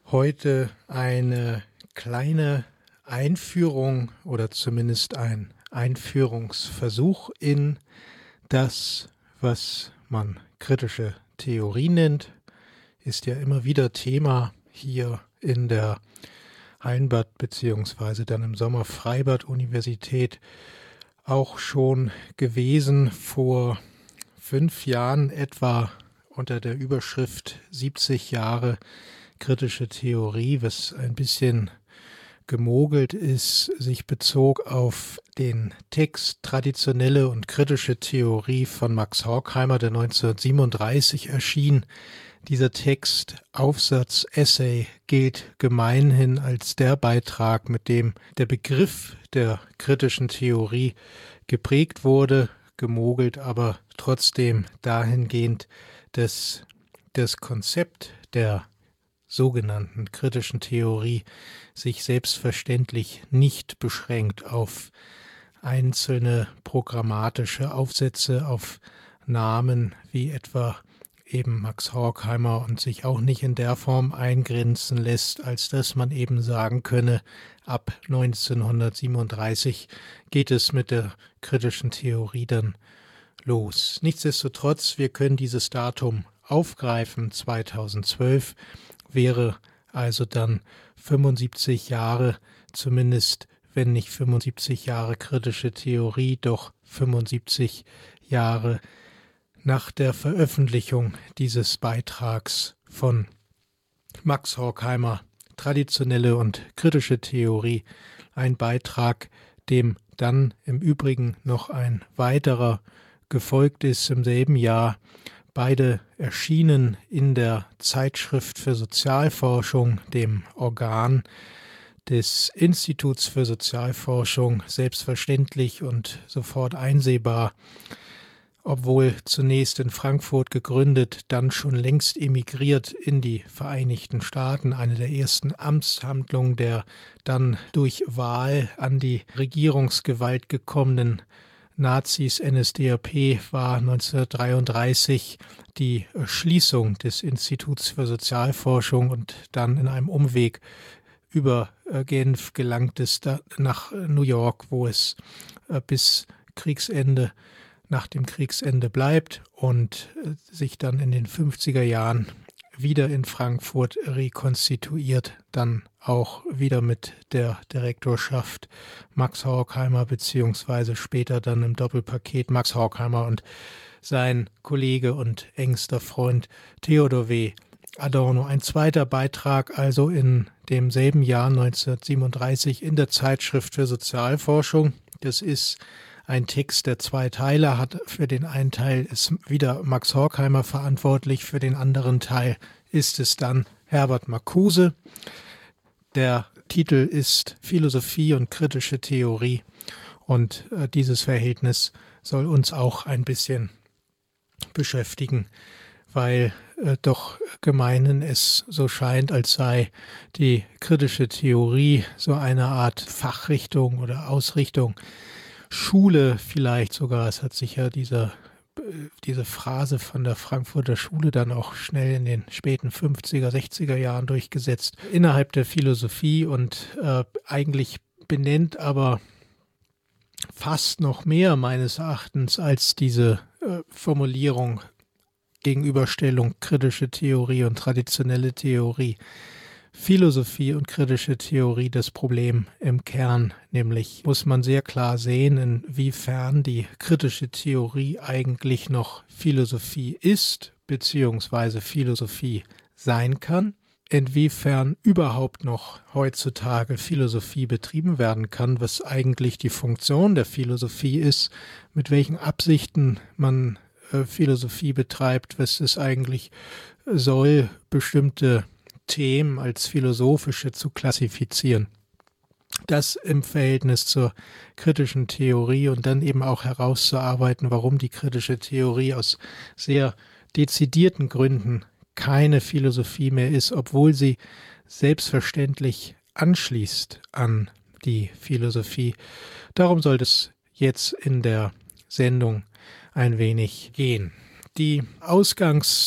heute eine kleine Einführung oder zumindest ein Einführungsversuch in das, was man kritische Theorie nennt. Ist ja immer wieder Thema hier in der Hallenbad bzw. dann im Sommer Freibad-Universität auch schon gewesen, vor 5 Jahren etwa unter der Überschrift 70 Jahre kritische Theorie, was ein bisschen gemogelt ist, sich bezog auf den Text Traditionelle und kritische Theorie von Max Horkheimer, der 1937 erschien. Dieser Text, Aufsatz, Essay, gilt gemeinhin als der Beitrag, mit dem der Begriff der kritischen Theorie geprägt wurde, gemogelt aber trotzdem dahingehend, dass das Konzept der sogenannten kritischen Theorie sich selbstverständlich nicht beschränkt auf einzelne programmatische Aufsätze, auf Namen wie etwa eben Max Horkheimer und sich auch nicht in der Form eingrenzen lässt, als dass man eben sagen könne, ab 1937 geht es mit der kritischen Theorie dann los. Nichtsdestotrotz, wir können dieses Datum aufgreifen, 2012 wäre also dann 75 Jahre, zumindest wenn nicht 75 Jahre kritische Theorie, doch 75 Jahre nach der Veröffentlichung dieses Beitrags von Max Horkheimer, Traditionelle und kritische Theorie, ein Beitrag, dem dann im Übrigen noch ein weiterer gefolgt ist im selben Jahr. Beide erschienen in der Zeitschrift für Sozialforschung, dem Organ des Instituts für Sozialforschung, selbstverständlich und sofort einsehbar, obwohl zunächst in Frankfurt gegründet, dann schon längst emigriert in die Vereinigten Staaten. Eine der ersten Amtshandlungen der dann durch Wahl an die Regierungsgewalt gekommenen Nazis, NSDAP, war 1933 die Schließung des Instituts für Sozialforschung und dann in einem Umweg über Genf gelangt es nach New York, wo es bis Kriegsende, nach dem Kriegsende bleibt und sich dann in den 50er Jahren wieder in Frankfurt rekonstituiert, dann auch wieder mit der Direktorschaft Max Horkheimer beziehungsweise später dann im Doppelpaket Max Horkheimer und sein Kollege und engster Freund Theodor W. Adorno. Ein zweiter Beitrag also in demselben Jahr 1937 in der Zeitschrift für Sozialforschung. Das ist ein Text, der 2 Teile hat. Für den einen Teil ist wieder Max Horkheimer verantwortlich, für den anderen Teil ist es dann Herbert Marcuse. Der Titel ist Philosophie und kritische Theorie und dieses Verhältnis soll uns auch ein bisschen beschäftigen, weil doch gemeinhin es so scheint, als sei die kritische Theorie so eine Art Fachrichtung oder Ausrichtung, Schule vielleicht sogar. Es hat sich ja diese Phrase von der Frankfurter Schule dann auch schnell in den späten 50er, 60er Jahren durchgesetzt innerhalb der Philosophie und eigentlich benennt aber fast noch mehr meines Erachtens als diese Formulierung Gegenüberstellung kritische Theorie und traditionelle Theorie. Philosophie und kritische Theorie das Problem im Kern, nämlich muss man sehr klar sehen, inwiefern die kritische Theorie eigentlich noch Philosophie ist, beziehungsweise Philosophie sein kann, inwiefern überhaupt noch heutzutage Philosophie betrieben werden kann, was eigentlich die Funktion der Philosophie ist, mit welchen Absichten man Philosophie betreibt, was es eigentlich soll, bestimmte Themen als philosophische zu klassifizieren. Das im Verhältnis zur kritischen Theorie und dann eben auch herauszuarbeiten, warum die kritische Theorie aus sehr dezidierten Gründen keine Philosophie mehr ist, obwohl sie selbstverständlich anschließt an die Philosophie. Darum soll es jetzt in der Sendung ein wenig gehen. Die Ausgangslage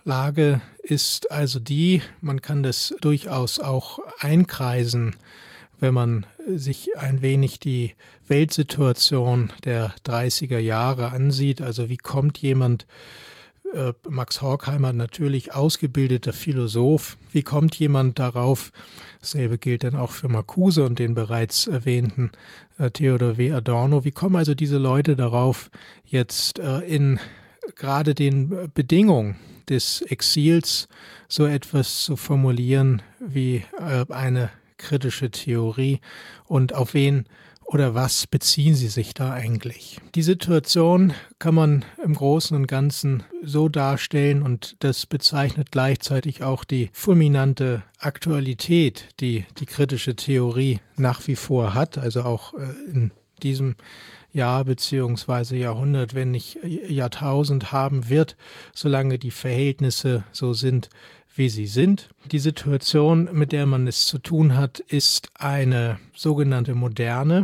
Lage ist also die, man kann das durchaus auch einkreisen, wenn man sich ein wenig die Weltsituation der 30er Jahre ansieht. Also wie kommt jemand, Max Horkheimer natürlich ausgebildeter Philosoph, wie kommt jemand darauf, dasselbe gilt dann auch für Marcuse und den bereits erwähnten Theodor W. Adorno, wie kommen also diese Leute darauf, jetzt in gerade den Bedingungen des Exils so etwas zu formulieren wie eine kritische Theorie, und auf wen oder was beziehen sie sich da eigentlich? Die Situation kann man im Großen und Ganzen so darstellen, und das bezeichnet gleichzeitig auch die fulminante Aktualität, die die kritische Theorie nach wie vor hat, also auch in diesem Jahr bzw. Jahrhundert, wenn nicht Jahrtausend haben wird, solange die Verhältnisse so sind, wie sie sind. Die Situation, mit der man es zu tun hat, ist eine sogenannte moderne,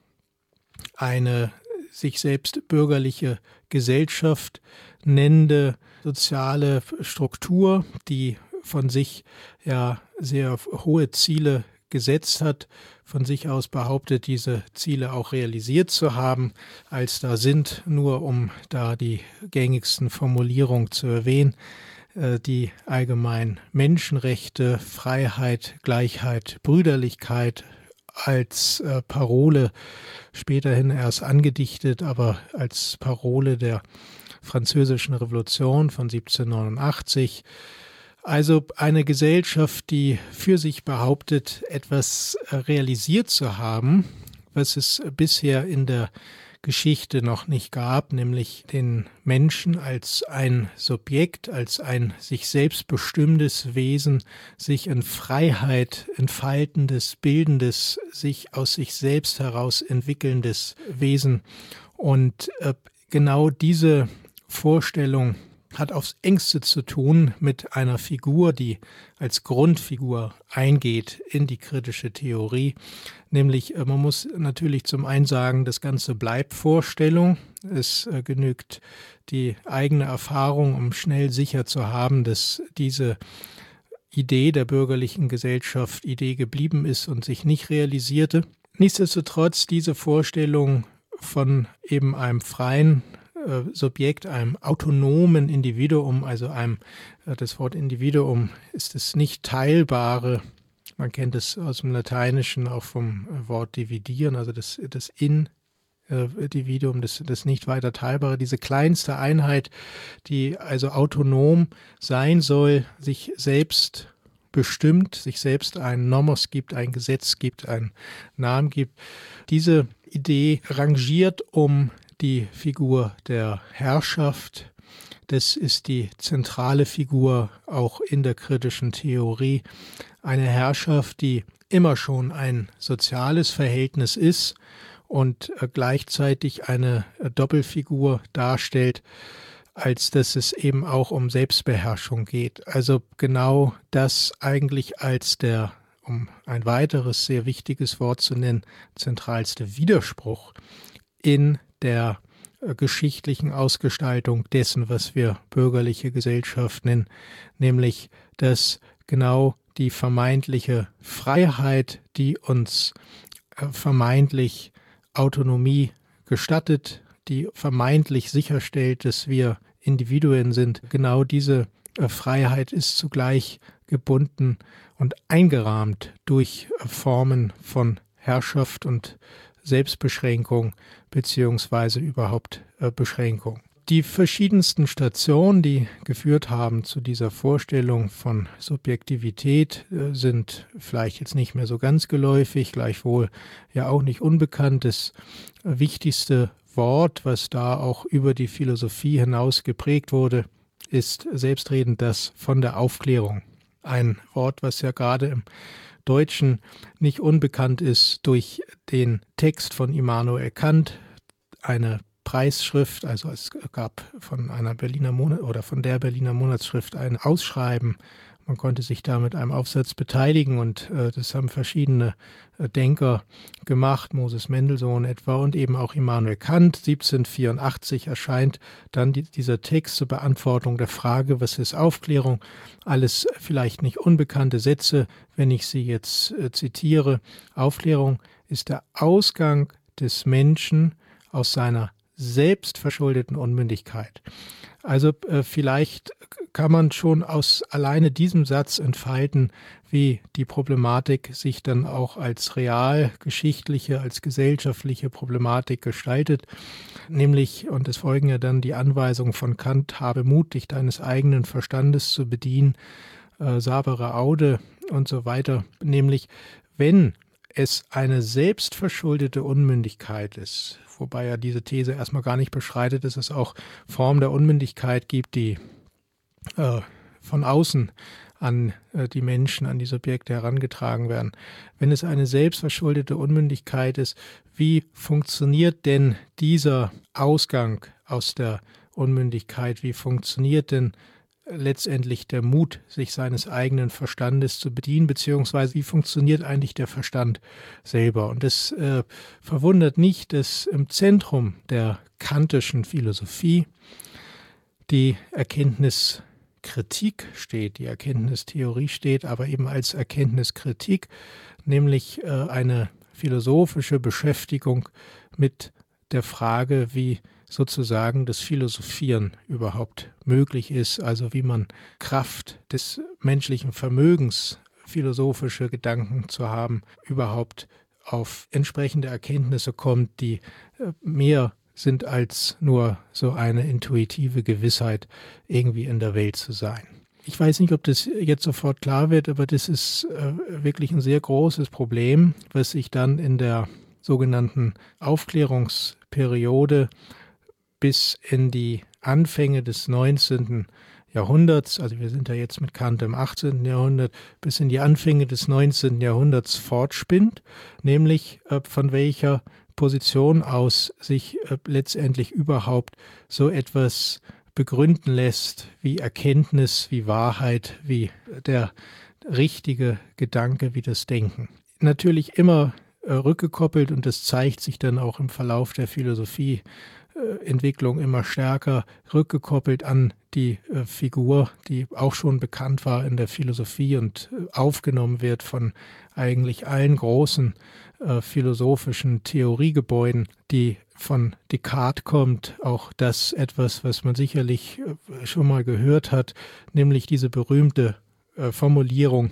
eine sich selbst bürgerliche Gesellschaft nennende soziale Struktur, die von sich ja sehr hohe Ziele gesetzt hat, von sich aus behauptet, diese Ziele auch realisiert zu haben, als da sind, nur um da die gängigsten Formulierungen zu erwähnen, die allgemeinen Menschenrechte, Freiheit, Gleichheit, Brüderlichkeit als Parole, späterhin erst angedichtet, aber als Parole der Französischen Revolution von 1789. Also eine Gesellschaft, die für sich behauptet, etwas realisiert zu haben, was es bisher in der Geschichte noch nicht gab, nämlich den Menschen als ein Subjekt, als ein sich selbst bestimmendes Wesen, sich in Freiheit entfaltendes, bildendes, sich aus sich selbst heraus entwickelndes Wesen. Und genau diese Vorstellung hat aufs Engste zu tun mit einer Figur, die als Grundfigur eingeht in die kritische Theorie. Nämlich, man muss natürlich zum einen sagen, das Ganze bleibt Vorstellung. Es genügt die eigene Erfahrung, um schnell sicher zu haben, dass diese Idee der bürgerlichen Gesellschaft Idee geblieben ist und sich nicht realisierte. Nichtsdestotrotz diese Vorstellung von eben einem freien Subjekt, einem autonomen Individuum, also das Wort Individuum ist das nicht teilbare, man kennt es aus dem Lateinischen auch vom Wort dividieren, also das Individuum, das nicht weiter teilbare, diese kleinste Einheit, die also autonom sein soll, sich selbst bestimmt, sich selbst einen Nomos gibt, ein Gesetz gibt, einen Namen gibt. Diese Idee rangiert um die Figur der Herrschaft. Das ist die zentrale Figur auch in der kritischen Theorie. Eine Herrschaft, die immer schon ein soziales Verhältnis ist und gleichzeitig eine Doppelfigur darstellt, als dass es eben auch um Selbstbeherrschung geht. Also genau das eigentlich als der, um ein weiteres sehr wichtiges Wort zu nennen, zentralste Widerspruch in der geschichtlichen Ausgestaltung dessen, was wir bürgerliche Gesellschaft nennen, nämlich dass genau die vermeintliche Freiheit, die uns vermeintlich Autonomie gestattet, die vermeintlich sicherstellt, dass wir Individuen sind, genau diese Freiheit ist zugleich gebunden und eingerahmt durch Formen von Herrschaft und Selbstbeschränkung beziehungsweise überhaupt Beschränkung. Die verschiedensten Stationen, die geführt haben zu dieser Vorstellung von Subjektivität, sind vielleicht jetzt nicht mehr so ganz geläufig, gleichwohl ja auch nicht unbekannt. Das wichtigste Wort, was da auch über die Philosophie hinaus geprägt wurde, ist selbstredend das von der Aufklärung. Ein Wort, was ja gerade im Deutschen nicht unbekannt ist durch den Text von Immanuel Kant, eine Preisschrift, also es gab von einer Berliner von der Berliner Monatsschrift ein Ausschreiben, Man konnte sich da mit einem Aufsatz beteiligen und das haben verschiedene Denker gemacht, Moses Mendelssohn etwa und eben auch Immanuel Kant. 1784 erscheint dann dieser Text zur Beantwortung der Frage, was ist Aufklärung? Alles vielleicht nicht unbekannte Sätze, wenn ich sie jetzt zitiere. Aufklärung ist der Ausgang des Menschen aus seiner selbstverschuldeten Unmündigkeit. Also vielleicht kann man schon aus alleine diesem Satz entfalten, wie die Problematik sich dann auch als realgeschichtliche, als gesellschaftliche Problematik gestaltet. Nämlich, und es folgen ja dann die Anweisungen von Kant, habe Mut, dich deines eigenen Verstandes zu bedienen, sabere aude und so weiter. Nämlich, wenn es eine selbstverschuldete Unmündigkeit ist, wobei ja diese These erstmal gar nicht beschreitet, dass es auch Formen der Unmündigkeit gibt, die von außen an die Menschen, an die Subjekte herangetragen werden. Wenn es eine selbstverschuldete Unmündigkeit ist, wie funktioniert denn dieser Ausgang aus der Unmündigkeit? Wie funktioniert denn letztendlich der Mut, sich seines eigenen Verstandes zu bedienen, beziehungsweise wie funktioniert eigentlich der Verstand selber? Und es verwundert nicht, dass im Zentrum der kantischen Philosophie die Erkenntniskritik steht, die Erkenntnistheorie steht, aber eben als Erkenntniskritik, nämlich eine philosophische Beschäftigung mit der Frage, wie sozusagen das Philosophieren überhaupt möglich ist, also wie man Kraft des menschlichen Vermögens, philosophische Gedanken zu haben, überhaupt auf entsprechende Erkenntnisse kommt, die mehr sind als nur so eine intuitive Gewissheit, irgendwie in der Welt zu sein. Ich weiß nicht, ob das jetzt sofort klar wird, aber das ist wirklich ein sehr großes Problem, was sich dann in der sogenannten Aufklärungsperiode bis in die Anfänge des 19. Jahrhunderts, also wir sind ja jetzt mit Kant im 18. Jahrhundert, bis in die Anfänge des 19. Jahrhunderts fortspinnt, nämlich von welcher Position aus sich letztendlich überhaupt so etwas begründen lässt, wie Erkenntnis, wie Wahrheit, wie der richtige Gedanke, wie das Denken. Natürlich immer rückgekoppelt, und das zeigt sich dann auch im Verlauf der Philosophieentwicklung immer stärker, rückgekoppelt an die Figur, die auch schon bekannt war in der Philosophie und aufgenommen wird von eigentlich allen großen philosophischen Theoriegebäuden, die von Descartes kommt, auch das etwas, was man sicherlich schon mal gehört hat, nämlich diese berühmte Formulierung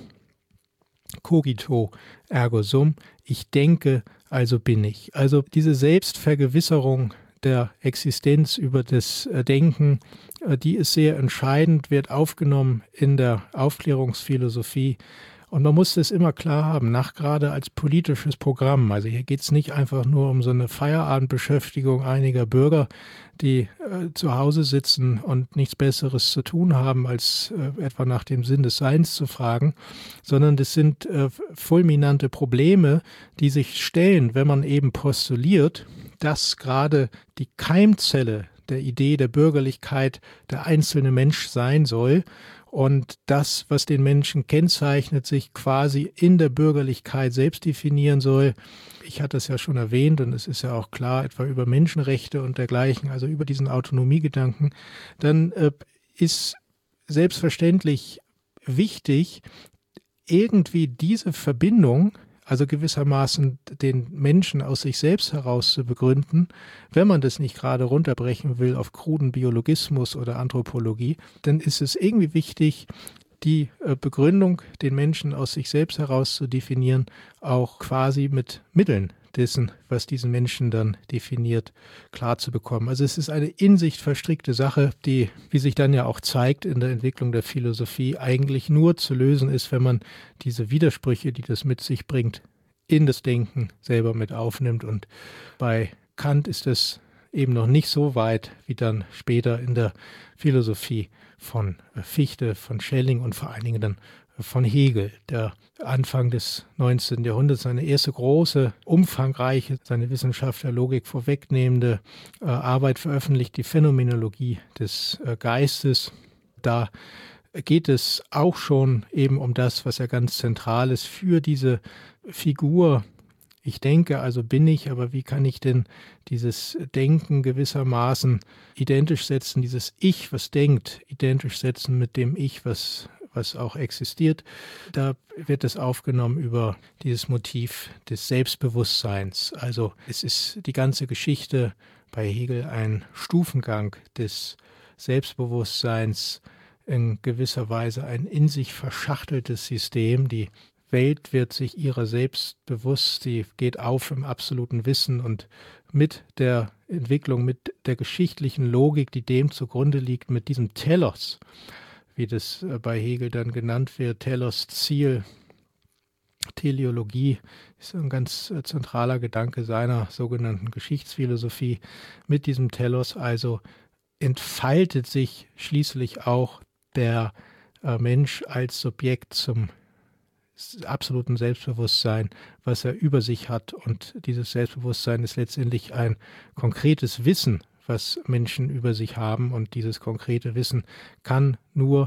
cogito ergo sum, ich denke, also bin ich. Also diese Selbstvergewisserung der Existenz über das Denken, die ist sehr entscheidend, wird aufgenommen in der Aufklärungsphilosophie. Und man muss das immer klar haben, gerade als politisches Programm. Also hier geht es nicht einfach nur um so eine Feierabendbeschäftigung einiger Bürger, die zu Hause sitzen und nichts Besseres zu tun haben, als etwa nach dem Sinn des Seins zu fragen, sondern das sind fulminante Probleme, die sich stellen, wenn man eben postuliert, dass gerade die Keimzelle der Idee der Bürgerlichkeit der einzelne Mensch sein soll. Und das, was den Menschen kennzeichnet, sich quasi in der Bürgerlichkeit selbst definieren soll. Ich hatte es ja schon erwähnt und es ist ja auch klar, etwa über Menschenrechte und dergleichen, also über diesen Autonomiegedanken. Dann ist selbstverständlich wichtig, irgendwie diese Verbindung, also gewissermaßen den Menschen aus sich selbst heraus zu begründen, wenn man das nicht gerade runterbrechen will auf kruden Biologismus oder Anthropologie, dann ist es irgendwie wichtig, die Begründung, den Menschen aus sich selbst heraus zu definieren, auch quasi mit Mitteln dessen, was diesen Menschen dann definiert, klar zu bekommen. Also es ist eine in sich verstrickte Sache, die, wie sich dann ja auch zeigt in der Entwicklung der Philosophie, eigentlich nur zu lösen ist, wenn man diese Widersprüche, die das mit sich bringt, in das Denken selber mit aufnimmt. Und bei Kant ist es eben noch nicht so weit wie dann später in der Philosophie von Fichte, von Schelling und vor allen Dingen dann von Hegel, der Anfang des 19. Jahrhunderts seine erste große, umfangreiche, seine Wissenschaft der Logik vorwegnehmende Arbeit veröffentlicht, die Phänomenologie des Geistes. Da geht es auch schon eben um das, was ja ganz zentral ist für diese Figur. Ich denke, also bin ich, aber wie kann ich denn dieses Denken gewissermaßen identisch setzen, dieses Ich, was denkt, identisch setzen mit dem Ich, was auch existiert. Da wird es aufgenommen über dieses Motiv des Selbstbewusstseins. Also es ist die ganze Geschichte bei Hegel ein Stufengang des Selbstbewusstseins, in gewisser Weise ein in sich verschachteltes System. Die Welt wird sich ihrer selbst bewusst, sie geht auf im absoluten Wissen und mit der Entwicklung, mit der geschichtlichen Logik, die dem zugrunde liegt, mit diesem Telos, wie das bei Hegel dann genannt wird, Telos, Ziel, Teleologie ist ein ganz zentraler Gedanke seiner sogenannten Geschichtsphilosophie. Mit diesem Telos also entfaltet sich schließlich auch der Mensch als Subjekt zum absoluten Selbstbewusstsein, was er über sich hat. Und dieses Selbstbewusstsein ist letztendlich ein konkretes Wissen, was Menschen über sich haben. Und dieses konkrete Wissen kann nur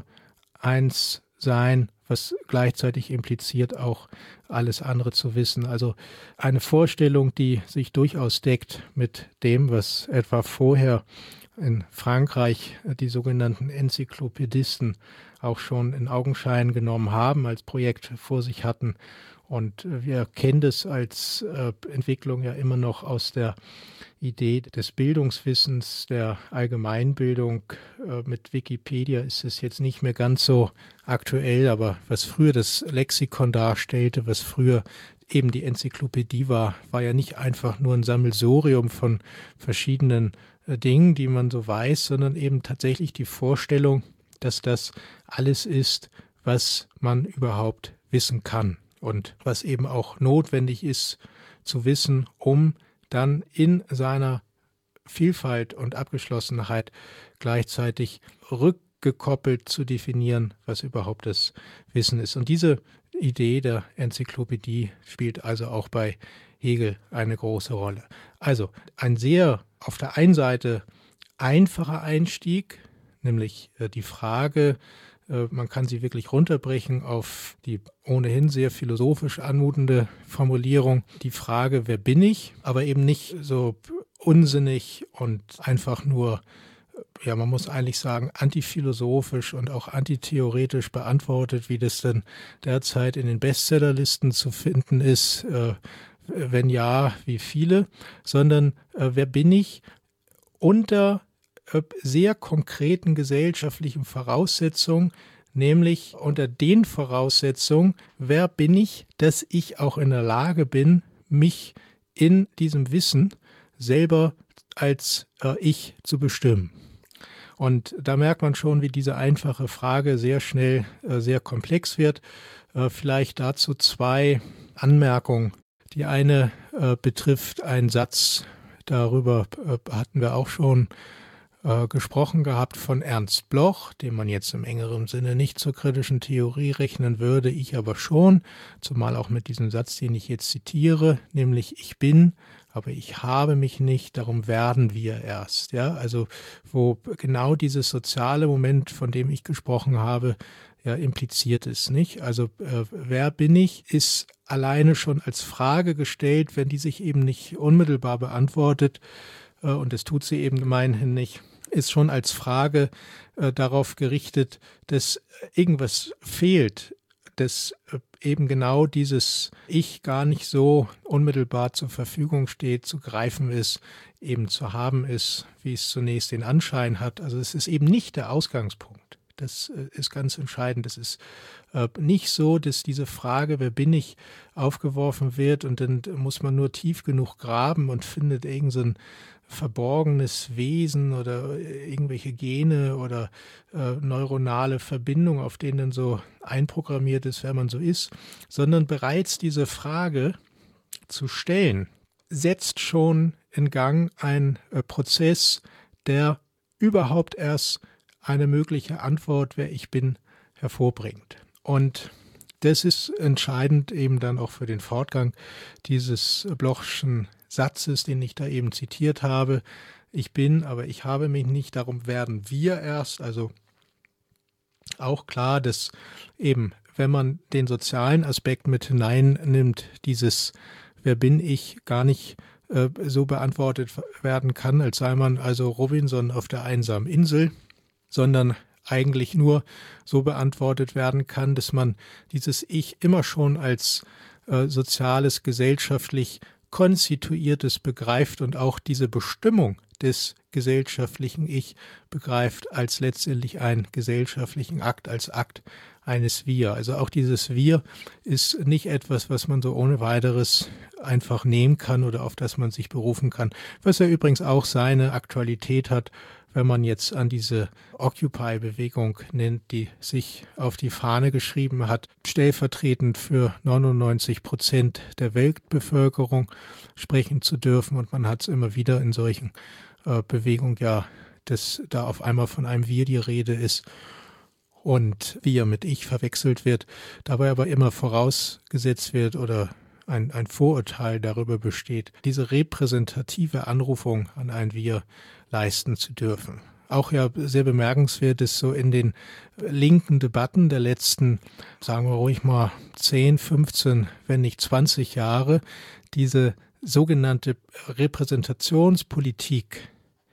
eins sein, was gleichzeitig impliziert, auch alles andere zu wissen. Also eine Vorstellung, die sich durchaus deckt mit dem, was etwa vorher in Frankreich die sogenannten Enzyklopädisten auch schon in Augenschein genommen haben, als Projekt vor sich hatten. Und wir kennen das als Entwicklung ja immer noch aus der Idee des Bildungswissens, der Allgemeinbildung. Mit Wikipedia ist es jetzt nicht mehr ganz so aktuell, aber was früher das Lexikon darstellte, was früher eben die Enzyklopädie war ja nicht einfach nur ein Sammelsurium von verschiedenen Dingen, die man so weiß, sondern eben tatsächlich die Vorstellung, dass das alles ist, was man überhaupt wissen kann und was eben auch notwendig ist zu wissen, um dann in seiner Vielfalt und Abgeschlossenheit gleichzeitig rückgekoppelt zu definieren, was überhaupt das Wissen ist. Und diese Idee der Enzyklopädie spielt also auch bei Hegel eine große Rolle. Also ein sehr auf der einen Seite einfacher Einstieg, nämlich die Frage, man kann sie wirklich runterbrechen auf die ohnehin sehr philosophisch anmutende Formulierung, die Frage, wer bin ich, aber eben nicht so unsinnig und einfach nur, ja, man muss eigentlich sagen, antiphilosophisch und auch antitheoretisch beantwortet, wie das denn derzeit in den Bestsellerlisten zu finden ist, wenn ja, wie viele, sondern wer bin ich unter sehr konkreten gesellschaftlichen Voraussetzungen, nämlich unter den Voraussetzungen, wer bin ich, dass ich auch in der Lage bin, mich in diesem Wissen selber als Ich zu bestimmen. Und da merkt man schon, wie diese einfache Frage sehr schnell sehr komplex wird. Vielleicht dazu zwei Anmerkungen. Die eine betrifft einen Satz, darüber hatten wir auch schon gesprochen gehabt, von Ernst Bloch, den man jetzt im engeren Sinne nicht zur kritischen Theorie rechnen würde, ich aber schon, zumal auch mit diesem Satz, den ich jetzt zitiere, nämlich ich bin, aber ich habe mich nicht, darum werden wir erst. Ja, also wo genau dieses soziale Moment, von dem ich gesprochen habe, ja impliziert ist, nicht? Also wer bin ich, ist alleine schon als Frage gestellt, wenn die sich eben nicht unmittelbar beantwortet, und das tut sie eben gemeinhin nicht, ist schon als Frage darauf gerichtet, dass irgendwas fehlt, dass eben genau dieses Ich gar nicht so unmittelbar zur Verfügung steht, zu greifen ist, eben zu haben ist, wie es zunächst den Anschein hat. Also es ist eben nicht der Ausgangspunkt. Das ist ganz entscheidend. Es ist nicht so, dass diese Frage, wer bin ich, aufgeworfen wird und dann muss man nur tief genug graben und findet irgend so ein verborgenes Wesen oder irgendwelche Gene oder neuronale Verbindungen, auf denen dann so einprogrammiert ist, wer man so ist, sondern bereits diese Frage zu stellen, setzt schon in Gang ein Prozess, der überhaupt erst eine mögliche Antwort, wer ich bin, hervorbringt. Und das ist entscheidend eben dann auch für den Fortgang dieses Blochschen Satzes, den ich da eben zitiert habe. Ich bin, aber ich habe mich nicht, darum werden wir erst, also auch klar, dass eben, wenn man den sozialen Aspekt mit hineinnimmt, dieses Wer bin ich gar nicht so beantwortet werden kann, als sei man also Robinson auf der einsamen Insel, sondern eigentlich nur so beantwortet werden kann, dass man dieses Ich immer schon als soziales, gesellschaftlich konstituiertes begreift und auch diese Bestimmung des gesellschaftlichen Ich begreift als letztendlich einen gesellschaftlichen Akt, als Akt eines Wir. Also auch dieses Wir ist nicht etwas, was man so ohne weiteres einfach nehmen kann oder auf das man sich berufen kann, was ja übrigens auch seine Aktualität hat, wenn man jetzt an diese Occupy-Bewegung nennt, die sich auf die Fahne geschrieben hat, stellvertretend für 99% der Weltbevölkerung sprechen zu dürfen. Und man hat es immer wieder in solchen Bewegungen, ja, dass da auf einmal von einem Wir die Rede ist und Wir mit Ich verwechselt wird, dabei aber immer vorausgesetzt wird oder ein Vorurteil darüber besteht, diese repräsentative Anrufung an ein Wir leisten zu dürfen. Auch ja sehr bemerkenswert ist so in den linken Debatten der letzten, sagen wir ruhig mal 10, 15, wenn nicht 20 Jahre, diese sogenannte Repräsentationspolitik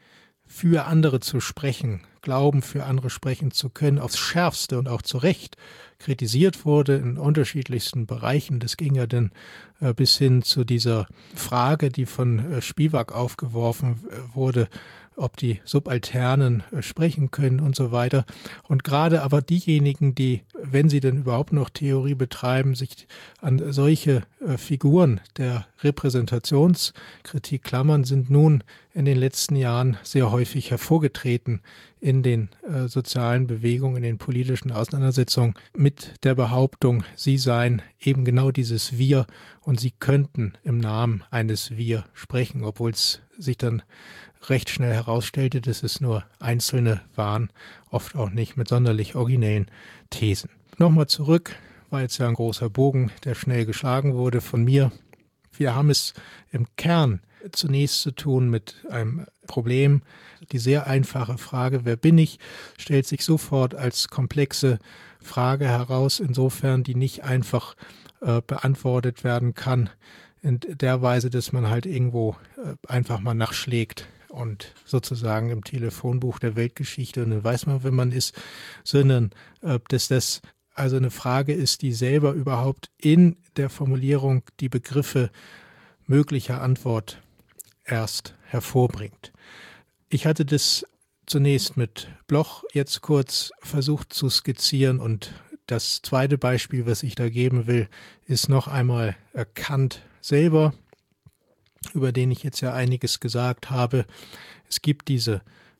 für andere zu sprechen, glauben, für andere sprechen zu können, aufs Schärfste und auch zu Recht kritisiert wurde in unterschiedlichsten Bereichen. Das ging ja dann bis hin zu dieser Frage, die von Spivak aufgeworfen wurde, ob die Subalternen sprechen können und so weiter. Und gerade aber diejenigen, die, wenn sie denn überhaupt noch Theorie betreiben, sich an solche Figuren der Repräsentationskritik klammern, sind nun in den letzten Jahren sehr häufig hervorgetreten in den sozialen Bewegungen, in den politischen Auseinandersetzungen mit der Behauptung, sie seien eben genau dieses Wir und sie könnten im Namen eines Wir sprechen, obwohl es sich dann recht schnell herausstellte, dass es nur Einzelne waren, oft auch nicht mit sonderlich originellen Thesen. Nochmal zurück, war jetzt ja ein großer Bogen, der schnell geschlagen wurde von mir. Wir haben es im Kern zunächst zu tun mit einem Problem. Die sehr einfache Frage, wer bin ich, stellt sich sofort als komplexe Frage heraus, insofern die nicht einfach beantwortet werden kann, in der Weise, dass man halt irgendwo einfach mal nachschlägt und sozusagen im Telefonbuch der Weltgeschichte und dann weiß man, wer man ist, sondern dass das also eine Frage ist, die selber überhaupt in der Formulierung die Begriffe möglicher Antwort erst hervorbringt. Ich hatte das zunächst mit Bloch jetzt kurz versucht zu skizzieren und das zweite Beispiel, was ich da geben will, ist noch einmal Kant selber, über den ich jetzt ja einiges gesagt habe. Es gibt diese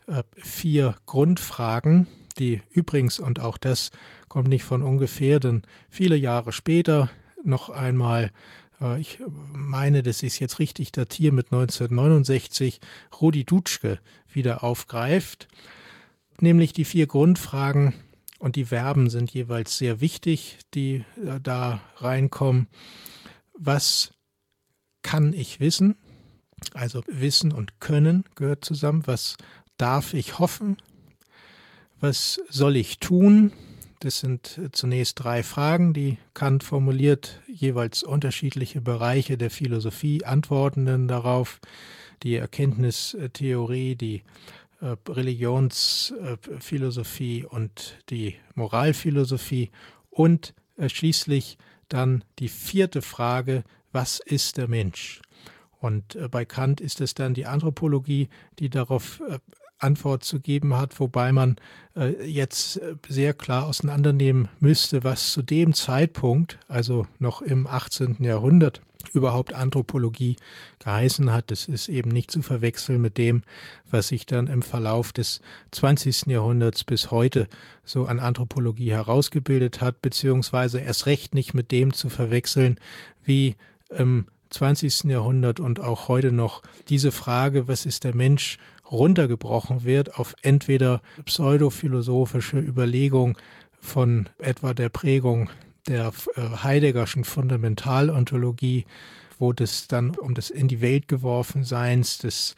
4 Grundfragen, die übrigens, und auch das kommt nicht von ungefähr, denn viele Jahre später noch einmal, ich meine, dass ich es jetzt richtig datiere, mit 1969 Rudi Dutschke wieder aufgreift, nämlich die 4 Grundfragen, und die Verben sind jeweils sehr wichtig, die da reinkommen. Was kann ich wissen? Also Wissen und Können gehört zusammen. Was darf ich hoffen? Was soll ich tun? Das sind zunächst 3 Fragen, die Kant formuliert, jeweils unterschiedliche Bereiche der Philosophie, Antwortenden darauf, die Erkenntnistheorie, die Religionsphilosophie und die Moralphilosophie und schließlich dann die 4. Frage, was ist der Mensch? Und bei Kant ist es dann die Anthropologie, die darauf Antwort zu geben hat, wobei man jetzt sehr klar auseinandernehmen müsste, was zu dem Zeitpunkt, also noch im 18. Jahrhundert, überhaupt Anthropologie geheißen hat. Das ist eben nicht zu verwechseln mit dem, was sich dann im Verlauf des 20. Jahrhunderts bis heute so an Anthropologie herausgebildet hat, beziehungsweise erst recht nicht mit dem zu verwechseln, wie im 20. Jahrhundert und auch heute noch diese Frage, was ist der Mensch, runtergebrochen wird auf entweder pseudophilosophische Überlegung von etwa der Prägung der Heideggerschen Fundamentalontologie, wo das dann um das in die Welt geworfen Seins, des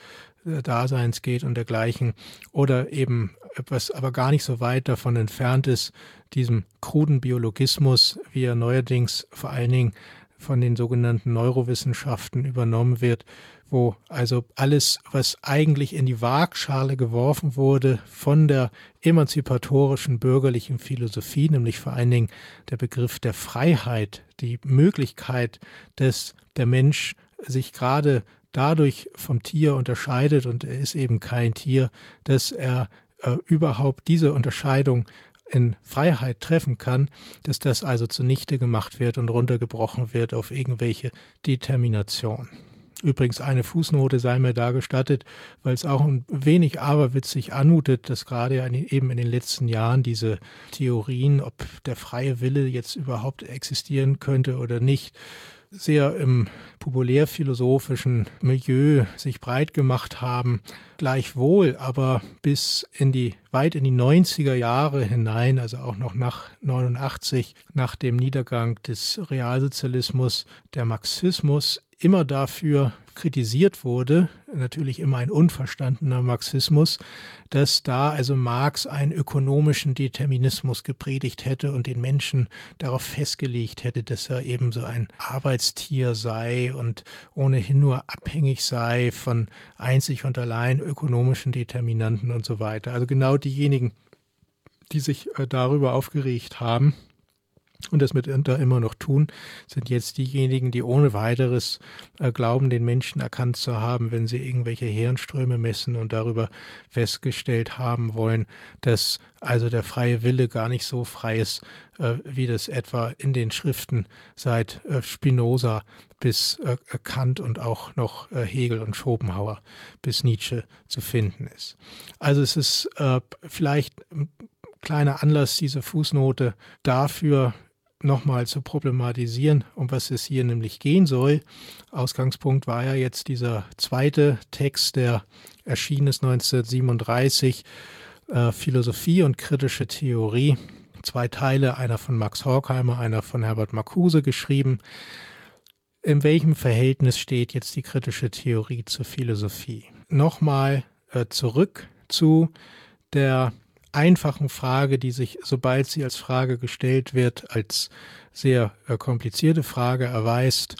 Daseins geht und dergleichen, oder eben etwas aber gar nicht so weit davon entfernt ist, diesem kruden Biologismus, wie er neuerdings vor allen Dingen von den sogenannten Neurowissenschaften übernommen wird, wo also alles, was eigentlich in die Waagschale geworfen wurde von der emanzipatorischen bürgerlichen Philosophie, nämlich vor allen Dingen der Begriff der Freiheit, die Möglichkeit, dass der Mensch sich gerade dadurch vom Tier unterscheidet, und er ist eben kein Tier, dass er überhaupt diese Unterscheidung in Freiheit treffen kann, dass das also zunichte gemacht wird und runtergebrochen wird auf irgendwelche Determination. Übrigens eine Fußnote sei mir da gestattet, weil es auch ein wenig aberwitzig anmutet, dass gerade eben in den letzten Jahren diese Theorien, ob der freie Wille jetzt überhaupt existieren könnte oder nicht, sehr im populärphilosophischen Milieu sich breit gemacht haben, gleichwohl aber bis weit in die 90er Jahre hinein, also auch noch nach 89, nach dem Niedergang des Realsozialismus, der Marxismus immer dafür kritisiert wurde, natürlich immer ein unverstandener Marxismus, dass da also Marx einen ökonomischen Determinismus gepredigt hätte und den Menschen darauf festgelegt hätte, dass er eben so ein Arbeitstier sei und ohnehin nur abhängig sei von einzig und allein ökonomischen Determinanten und so weiter. Also genau diejenigen, die sich darüber aufgeregt haben und das mitunter immer noch tun, sind jetzt diejenigen, die ohne weiteres glauben, den Menschen erkannt zu haben, wenn sie irgendwelche Hirnströme messen und darüber festgestellt haben wollen, dass also der freie Wille gar nicht so frei ist, wie das etwa in den Schriften seit Spinoza bis Kant und auch noch Hegel und Schopenhauer bis Nietzsche zu finden ist. Also es ist vielleicht ein kleiner Anlass, diese Fußnote dafür nochmal zu problematisieren, um was es hier nämlich gehen soll. Ausgangspunkt war ja jetzt dieser zweite Text, der erschienen ist 1937, Philosophie und kritische Theorie. 2 Teile, einer von Max Horkheimer, einer von Herbert Marcuse geschrieben. In welchem Verhältnis steht jetzt die kritische Theorie zur Philosophie? Nochmal zurück zu der einfachen Frage, die sich, sobald sie als Frage gestellt wird, als sehr komplizierte Frage erweist.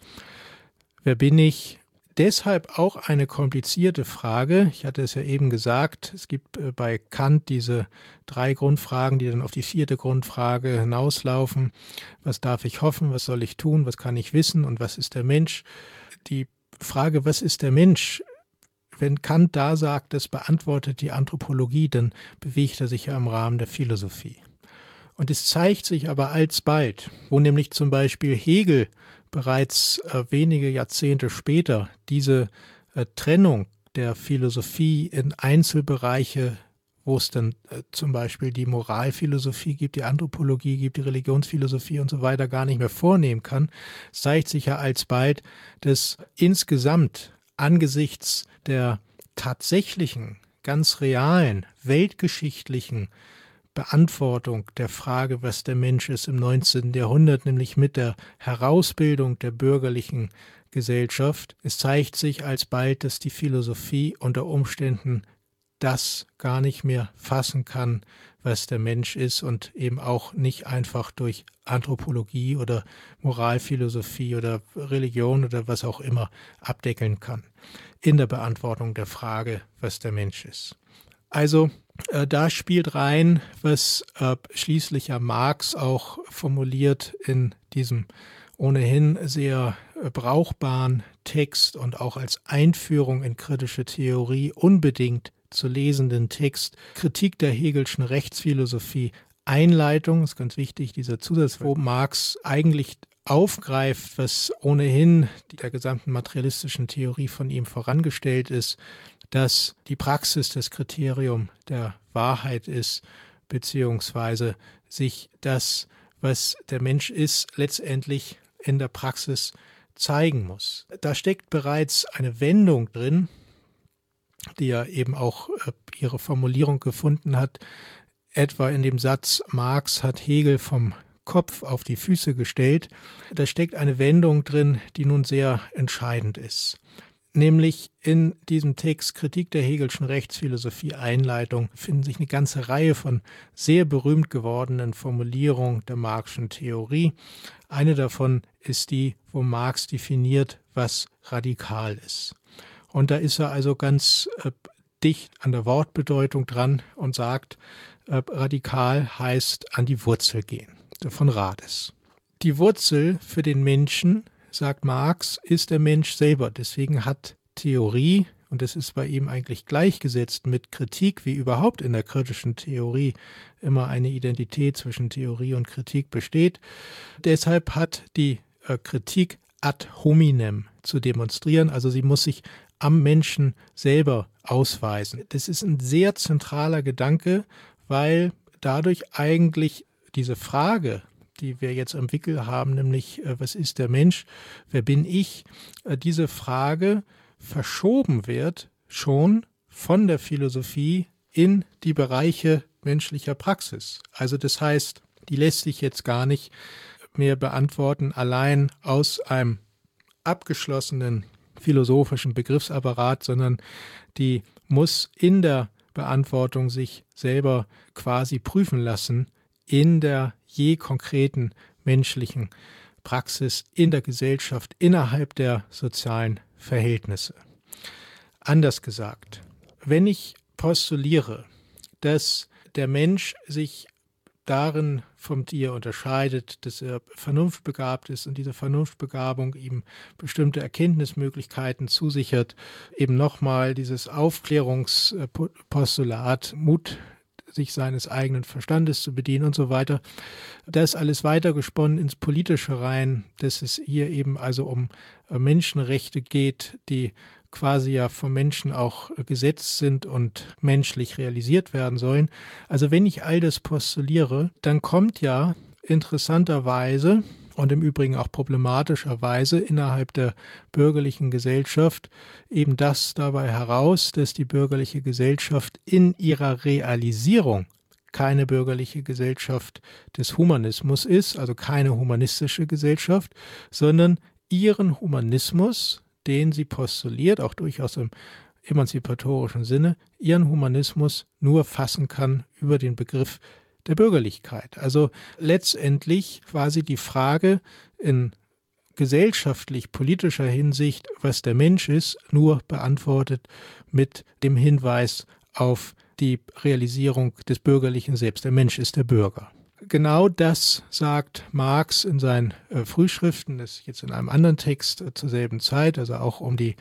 Wer bin ich? Deshalb auch eine komplizierte Frage. Ich hatte es ja eben gesagt, es gibt bei Kant diese 3 Grundfragen, die dann auf die 4. Grundfrage hinauslaufen. Was darf ich hoffen? Was soll ich tun? Was kann ich wissen? Und was ist der Mensch? Die Frage, was ist der Mensch? Wenn Kant da sagt, das beantwortet die Anthropologie, dann bewegt er sich ja im Rahmen der Philosophie. Und es zeigt sich aber alsbald, wo nämlich zum Beispiel Hegel bereits wenige Jahrzehnte später diese Trennung der Philosophie in Einzelbereiche, wo es dann zum Beispiel die Moralphilosophie gibt, die Anthropologie gibt, die Religionsphilosophie und so weiter gar nicht mehr vornehmen kann, zeigt sich ja alsbald, dass insgesamt angesichts der tatsächlichen, ganz realen, weltgeschichtlichen Beantwortung der Frage, was der Mensch ist im 19. Jahrhundert, nämlich mit der Herausbildung der bürgerlichen Gesellschaft. Es zeigt sich alsbald, dass die Philosophie unter Umständen das gar nicht mehr fassen kann, was der Mensch ist, und eben auch nicht einfach durch Anthropologie oder Moralphilosophie oder Religion oder was auch immer abdeckeln kann in der Beantwortung der Frage, was der Mensch ist. Also da spielt rein, was schließlich ja Marx auch formuliert in diesem ohnehin sehr brauchbaren Text und auch als Einführung in kritische Theorie unbedingt zu lesenden Text, Kritik der Hegelschen Rechtsphilosophie, Einleitung, ist ganz wichtig, dieser Zusatz, wo Marx eigentlich aufgreift, was ohnehin der gesamten materialistischen Theorie von ihm vorangestellt ist, dass die Praxis das Kriterium der Wahrheit ist, beziehungsweise sich das, was der Mensch ist, letztendlich in der Praxis zeigen muss. Da steckt bereits eine Wendung drin, die ja eben auch ihre Formulierung gefunden hat, etwa in dem Satz, Marx hat Hegel vom Kopf auf die Füße gestellt. Da steckt eine Wendung drin, die nun sehr entscheidend ist. Nämlich in diesem Text Kritik der Hegelschen Rechtsphilosophie Einleitung finden sich eine ganze Reihe von sehr berühmt gewordenen Formulierungen der Marxischen Theorie. Eine davon ist die, wo Marx definiert, was radikal ist. Und da ist er also ganz dicht an der Wortbedeutung dran und sagt, radikal heißt an die Wurzel gehen, von Rades. Die Wurzel für den Menschen, sagt Marx, ist der Mensch selber. Deswegen hat Theorie, und das ist bei ihm eigentlich gleichgesetzt mit Kritik, wie überhaupt in der kritischen Theorie immer eine Identität zwischen Theorie und Kritik besteht. Deshalb hat die Kritik ad hominem zu demonstrieren, also sie muss sich am Menschen selber ausweisen. Das ist ein sehr zentraler Gedanke, weil dadurch eigentlich diese Frage, die wir jetzt am Wickel haben, nämlich was ist der Mensch, wer bin ich, diese Frage verschoben wird schon von der Philosophie in die Bereiche menschlicher Praxis. Also das heißt, die lässt sich jetzt gar nicht mehr beantworten allein aus einem abgeschlossenen philosophischen Begriffsapparat, sondern die muss in der Beantwortung sich selber quasi prüfen lassen in der je konkreten menschlichen Praxis, in der Gesellschaft, innerhalb der sozialen Verhältnisse. Anders gesagt, wenn ich postuliere, dass der Mensch sich darin vom Tier unterscheidet, dass er vernunftbegabt ist und diese Vernunftbegabung ihm bestimmte Erkenntnismöglichkeiten zusichert, eben nochmal dieses Aufklärungspostulat, Mut, sich seines eigenen Verstandes zu bedienen und so weiter. Das alles weitergesponnen ins Politische rein, dass es hier eben also um Menschenrechte geht, die quasi ja vom Menschen auch gesetzt sind und menschlich realisiert werden sollen. Also wenn ich all das postuliere, dann kommt ja interessanterweise und im Übrigen auch problematischerweise innerhalb der bürgerlichen Gesellschaft eben das dabei heraus, dass die bürgerliche Gesellschaft in ihrer Realisierung keine bürgerliche Gesellschaft des Humanismus ist, also keine humanistische Gesellschaft, sondern ihren Humanismus, den sie postuliert, auch durchaus im emanzipatorischen Sinne, ihren Humanismus nur fassen kann über den Begriff der Bürgerlichkeit. Also letztendlich quasi die Frage in gesellschaftlich-politischer Hinsicht, was der Mensch ist, nur beantwortet mit dem Hinweis auf die Realisierung des bürgerlichen Selbst. Der Mensch ist der Bürger. Genau das sagt Marx in seinen Frühschriften, das ist jetzt in einem anderen Text zur selben Zeit, also auch um die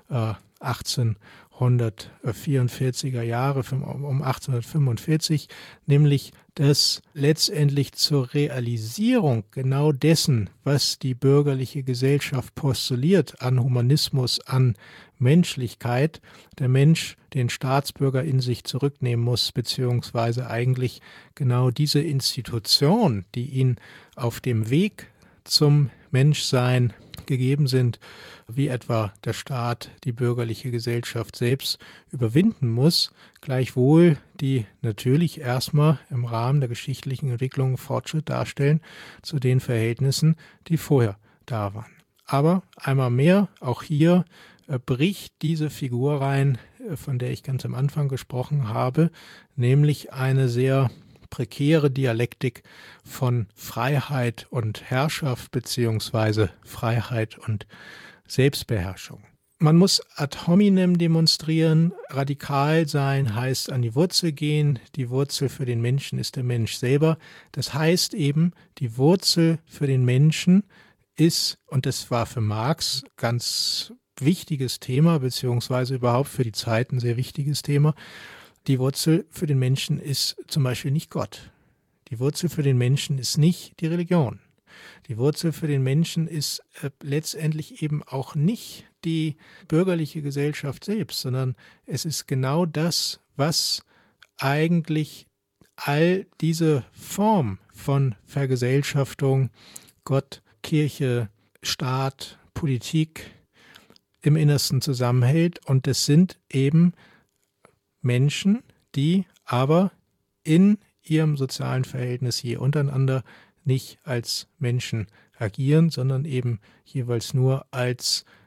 1844er Jahre, um 1845, nämlich dass letztendlich zur Realisierung genau dessen, was die bürgerliche Gesellschaft postuliert an Humanismus, an Menschlichkeit, der Mensch den Staatsbürger in sich zurücknehmen muss, beziehungsweise eigentlich genau diese Institution, die ihn auf dem Weg zum Menschsein gegeben sind, wie etwa der Staat die bürgerliche Gesellschaft selbst überwinden muss, gleichwohl die natürlich erstmal im Rahmen der geschichtlichen Entwicklung Fortschritt darstellen zu den Verhältnissen, die vorher da waren. Aber einmal mehr, auch hier bricht diese Figur rein, von der ich ganz am Anfang gesprochen habe, nämlich eine sehr prekäre Dialektik von Freiheit und Herrschaft beziehungsweise Freiheit und Selbstbeherrschung. Man muss ad hominem demonstrieren, radikal sein heißt an die Wurzel gehen, die Wurzel für den Menschen ist der Mensch selber. Das heißt eben, die Wurzel für den Menschen ist, und das war für Marx ganz wichtiges Thema, beziehungsweise überhaupt für die Zeit ein sehr wichtiges Thema, die Wurzel für den Menschen ist zum Beispiel nicht Gott. Die Wurzel für den Menschen ist nicht die Religion. Die Wurzel für den Menschen ist letztendlich eben auch nicht die bürgerliche Gesellschaft selbst, sondern es ist genau das, was eigentlich all diese Form von Vergesellschaftung, Gott, Kirche, Staat, Politik im Innersten zusammenhält. Und das sind eben Menschen, die aber in ihrem sozialen Verhältnis hier untereinander nicht als Menschen agieren, sondern eben jeweils nur als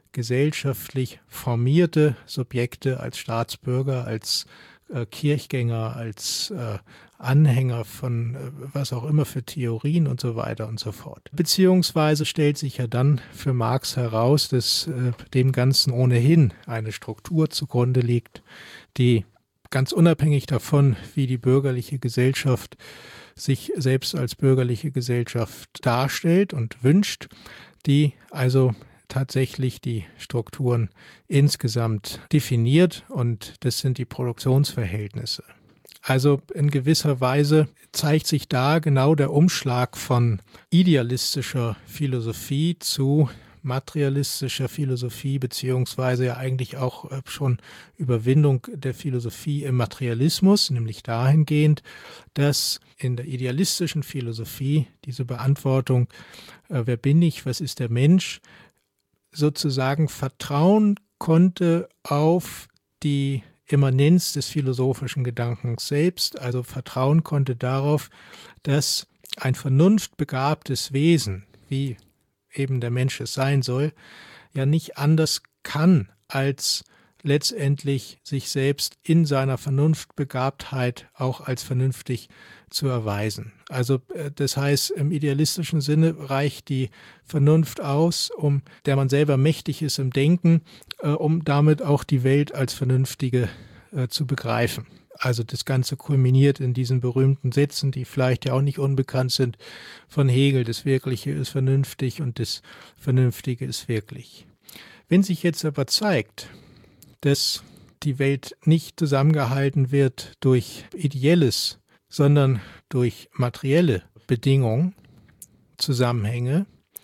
gesellschaftlich formierte Subjekte als Staatsbürger, als Kirchgänger, als Anhänger von was auch immer für Theorien und so weiter und so fort. Beziehungsweise stellt sich ja dann für Marx heraus, dass dem Ganzen ohnehin eine Struktur zugrunde liegt, die ganz unabhängig davon, wie die bürgerliche Gesellschaft sich selbst als bürgerliche Gesellschaft darstellt und wünscht, die also tatsächlich die Strukturen insgesamt definiert, und das sind die Produktionsverhältnisse. Also in gewisser Weise zeigt sich da genau der Umschlag von idealistischer Philosophie zu materialistischer Philosophie, beziehungsweise ja eigentlich auch schon Überwindung der Philosophie im Materialismus, nämlich dahingehend, dass in der idealistischen Philosophie diese Beantwortung, wer bin ich, was ist der Mensch, sozusagen vertrauen konnte auf die Immanenz des philosophischen Gedankens selbst, also vertrauen konnte darauf, dass ein vernunftbegabtes Wesen, wie eben der Mensch es sein soll, ja nicht anders kann, als letztendlich sich selbst in seiner Vernunftbegabtheit auch als vernünftig zu erweisen. Also das heißt, im idealistischen Sinne reicht die Vernunft aus, der man selber mächtig ist im Denken, um damit auch die Welt als vernünftige zu begreifen. Also das Ganze kulminiert in diesen berühmten Sätzen, die vielleicht ja auch nicht unbekannt sind, von Hegel: Das Wirkliche ist vernünftig und das Vernünftige ist wirklich. Wenn sich jetzt aber zeigt, dass die Welt nicht zusammengehalten wird durch Ideelles, sondern durch materielle Bedingungen, Zusammenhänge,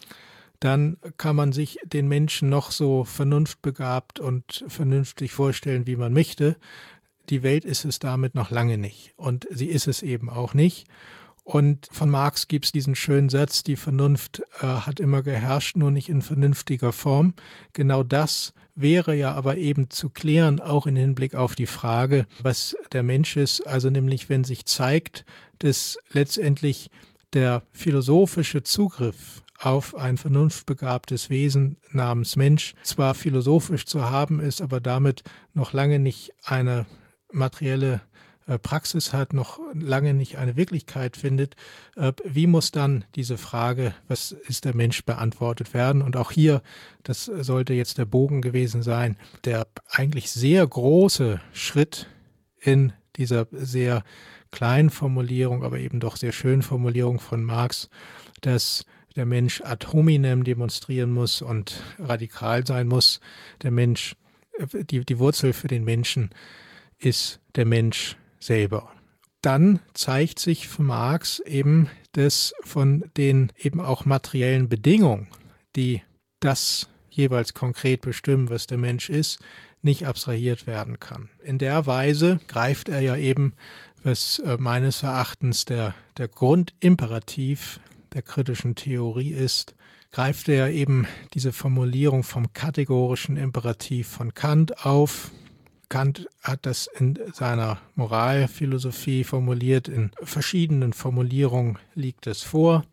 dann kann man sich den Menschen noch so vernunftbegabt und vernünftig vorstellen, wie man möchte. Die Welt ist es damit noch lange nicht, und sie ist es eben auch nicht. Und von Marx gibt es diesen schönen Satz: Die Vernunft hat immer geherrscht, nur nicht in vernünftiger Form. Genau das wäre ja aber eben zu klären, auch im Hinblick auf die Frage, was der Mensch ist. Also nämlich, wenn sich zeigt, dass letztendlich der philosophische Zugriff auf ein vernunftbegabtes Wesen namens Mensch zwar philosophisch zu haben ist, aber damit noch lange nicht eine materielle Praxis hat, noch lange nicht eine Wirklichkeit findet, wie muss dann diese Frage, was ist der Mensch, beantwortet werden? Und auch hier, das sollte jetzt der Bogen gewesen sein, der eigentlich sehr große Schritt in dieser sehr kleinen Formulierung, aber eben doch sehr schönen Formulierung von Marx, dass der Mensch ad hominem demonstrieren muss und radikal sein muss. Der Mensch, die Wurzel für den Menschen ist der Mensch selber. Dann zeigt sich für Marx eben, dass von den eben auch materiellen Bedingungen, die das jeweils konkret bestimmen, was der Mensch ist, nicht abstrahiert werden kann. In der Weise greift er ja eben, was meines Erachtens der Grundimperativ der kritischen Theorie ist, greift er eben diese Formulierung vom kategorischen Imperativ von Kant auf. Kant hat das in seiner Moralphilosophie formuliert, in verschiedenen Formulierungen liegt es vor.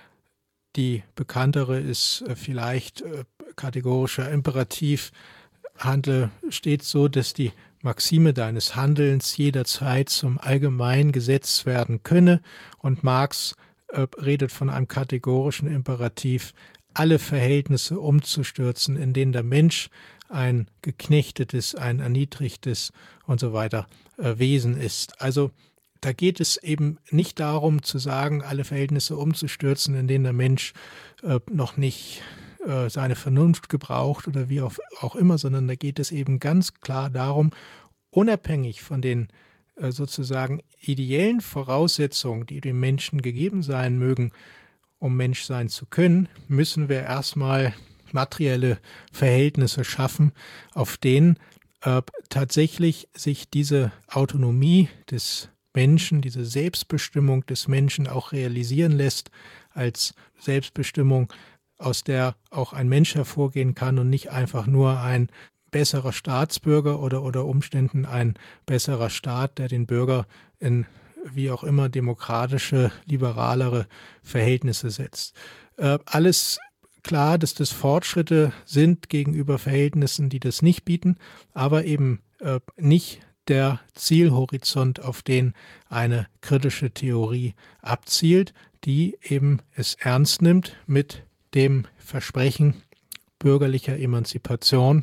Die bekanntere ist vielleicht kategorischer Imperativ: Handle stets so, dass die Maxime deines Handelns jederzeit zum allgemeinen Gesetz werden könne. Und Marx redet von einem kategorischen Imperativ: alle Verhältnisse umzustürzen, in denen der Mensch ein geknechtetes, ein erniedrigtes und so weiter Wesen ist. Also da geht es eben nicht darum zu sagen, alle Verhältnisse umzustürzen, in denen der Mensch noch nicht seine Vernunft gebraucht oder wie auch immer, sondern da geht es eben ganz klar darum, unabhängig von den sozusagen ideellen Voraussetzungen, die dem Menschen gegeben sein mögen, um Mensch sein zu können, müssen wir erstmal materielle Verhältnisse schaffen, auf denen tatsächlich sich diese Autonomie des Menschen, diese Selbstbestimmung des Menschen auch realisieren lässt, als Selbstbestimmung, aus der auch ein Mensch hervorgehen kann und nicht einfach nur ein besserer Staatsbürger oder Umständen ein besserer Staat, der den Bürger in wie auch immer demokratische, liberalere Verhältnisse setzt. Alles klar, dass das Fortschritte sind gegenüber Verhältnissen, die das nicht bieten, aber eben nicht der Zielhorizont, auf den eine kritische Theorie abzielt, die eben es ernst nimmt mit dem Versprechen bürgerlicher Emanzipation,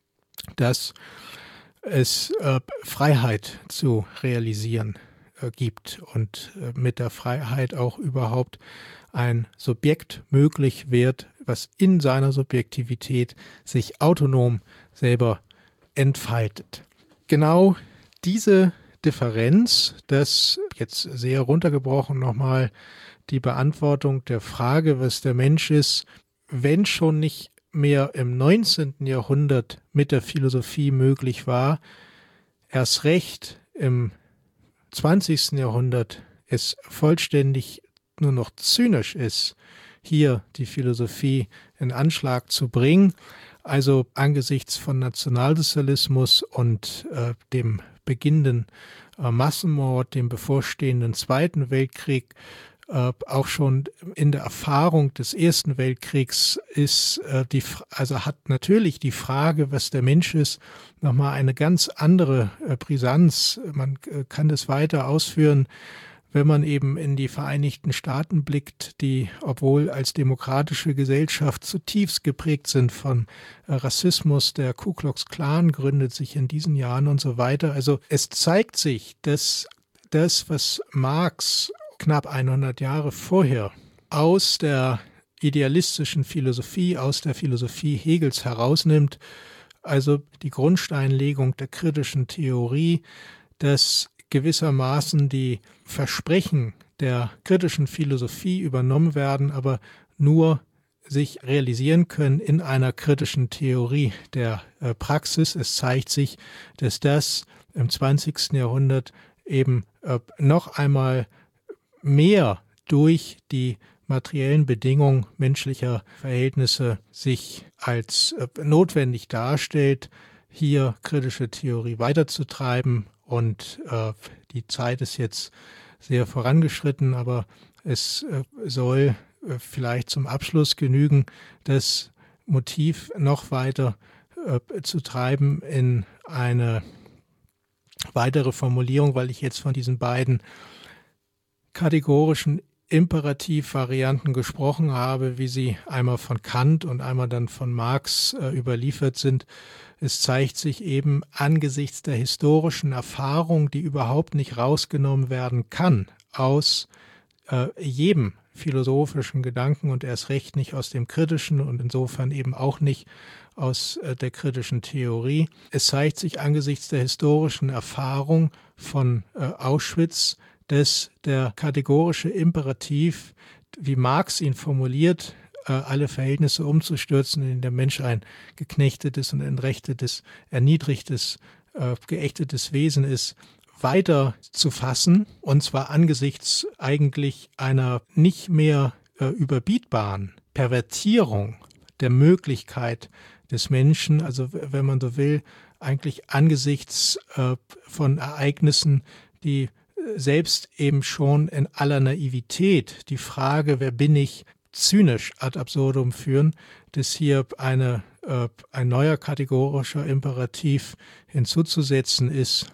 dass es Freiheit zu realisieren gibt und mit der Freiheit auch überhaupt ein Subjekt möglich wird, was in seiner Subjektivität sich autonom selber entfaltet. Genau diese Differenz, das jetzt sehr runtergebrochen nochmal die Beantwortung der Frage, was der Mensch ist, wenn schon nicht mehr im 19. Jahrhundert mit der Philosophie möglich war, erst recht im 20. Jahrhundert es vollständig nur noch zynisch ist, hier die Philosophie in Anschlag zu bringen. Also angesichts von Nationalsozialismus und dem beginnenden Massenmord, dem bevorstehenden Zweiten Weltkrieg, auch schon in der Erfahrung des Ersten Weltkriegs ist hat natürlich die Frage, was der Mensch ist, nochmal eine ganz andere Brisanz. Man kann das weiter ausführen, wenn man eben in die Vereinigten Staaten blickt, die, obwohl als demokratische Gesellschaft zutiefst geprägt sind von Rassismus, der Ku Klux Klan gründet sich in diesen Jahren und so weiter. Also es zeigt sich, dass das, was Marx knapp 100 Jahre vorher aus der idealistischen Philosophie, aus der Philosophie Hegels herausnimmt, also die Grundsteinlegung der kritischen Theorie, dass gewissermaßen die Versprechen der kritischen Philosophie übernommen werden, aber nur sich realisieren können in einer kritischen Theorie der Praxis. Es zeigt sich, dass das im 20. Jahrhundert eben noch einmal mehr durch die materiellen Bedingungen menschlicher Verhältnisse sich als notwendig darstellt, hier kritische Theorie weiterzutreiben. Und die Zeit ist jetzt sehr vorangeschritten, aber es soll vielleicht zum Abschluss genügen, das Motiv noch weiter zu treiben in eine weitere Formulierung, weil ich jetzt von diesen beiden kategorischen Imperativvarianten gesprochen habe, wie sie einmal von Kant und einmal dann von Marx überliefert sind. Es zeigt sich eben angesichts der historischen Erfahrung, die überhaupt nicht rausgenommen werden kann aus jedem philosophischen Gedanken und erst recht nicht aus dem kritischen und insofern eben auch nicht aus der kritischen Theorie. Es zeigt sich angesichts der historischen Erfahrung von Auschwitz, dass der kategorische Imperativ, wie Marx ihn formuliert, alle Verhältnisse umzustürzen, in denen der Mensch ein geknechtetes und entrechtetes, erniedrigtes, geächtetes Wesen ist, weiter zu fassen, und zwar angesichts eigentlich einer nicht mehr überbietbaren Pervertierung der Möglichkeit des Menschen, also wenn man so will, eigentlich angesichts von Ereignissen, die selbst eben schon in aller Naivität die Frage, wer bin ich, zynisch ad absurdum führen, dass hier ein neuer kategorischer Imperativ hinzuzusetzen ist,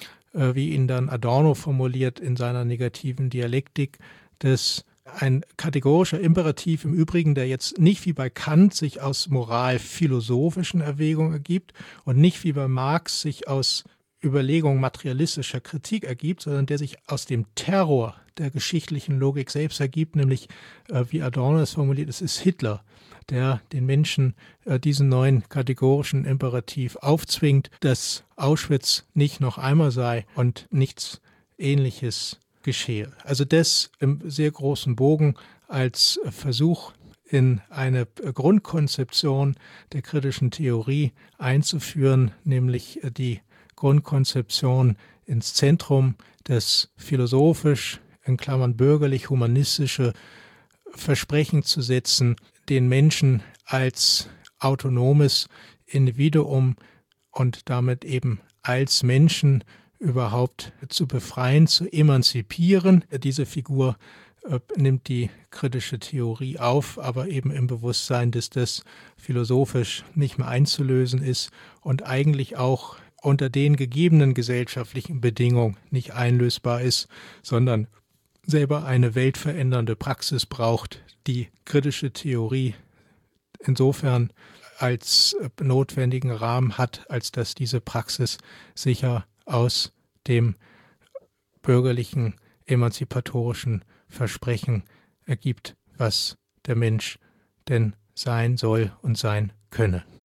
wie ihn dann Adorno formuliert in seiner negativen Dialektik, dass ein kategorischer Imperativ im Übrigen, der jetzt nicht wie bei Kant sich aus moralphilosophischen Erwägungen ergibt und nicht wie bei Marx sich aus Überlegung materialistischer Kritik ergibt, sondern der sich aus dem Terror der geschichtlichen Logik selbst ergibt, nämlich, wie Adorno es formuliert, es ist Hitler, der den Menschen diesen neuen kategorischen Imperativ aufzwingt, dass Auschwitz nicht noch einmal sei und nichts Ähnliches geschehe. Also das im sehr großen Bogen als Versuch in eine Grundkonzeption der kritischen Theorie einzuführen, nämlich die Grundkonzeption ins Zentrum des philosophisch, in Klammern bürgerlich-humanistische Versprechen zu setzen, den Menschen als autonomes Individuum und damit eben als Menschen überhaupt zu befreien, zu emanzipieren. Diese Figur nimmt die kritische Theorie auf, aber eben im Bewusstsein, dass das philosophisch nicht mehr einzulösen ist und eigentlich auch unter den gegebenen gesellschaftlichen Bedingungen nicht einlösbar ist, sondern selber eine weltverändernde Praxis braucht, die kritische Theorie insofern als notwendigen Rahmen hat, als dass diese Praxis sicher aus dem bürgerlichen, emanzipatorischen Versprechen ergibt, was der Mensch denn sein soll und sein könne.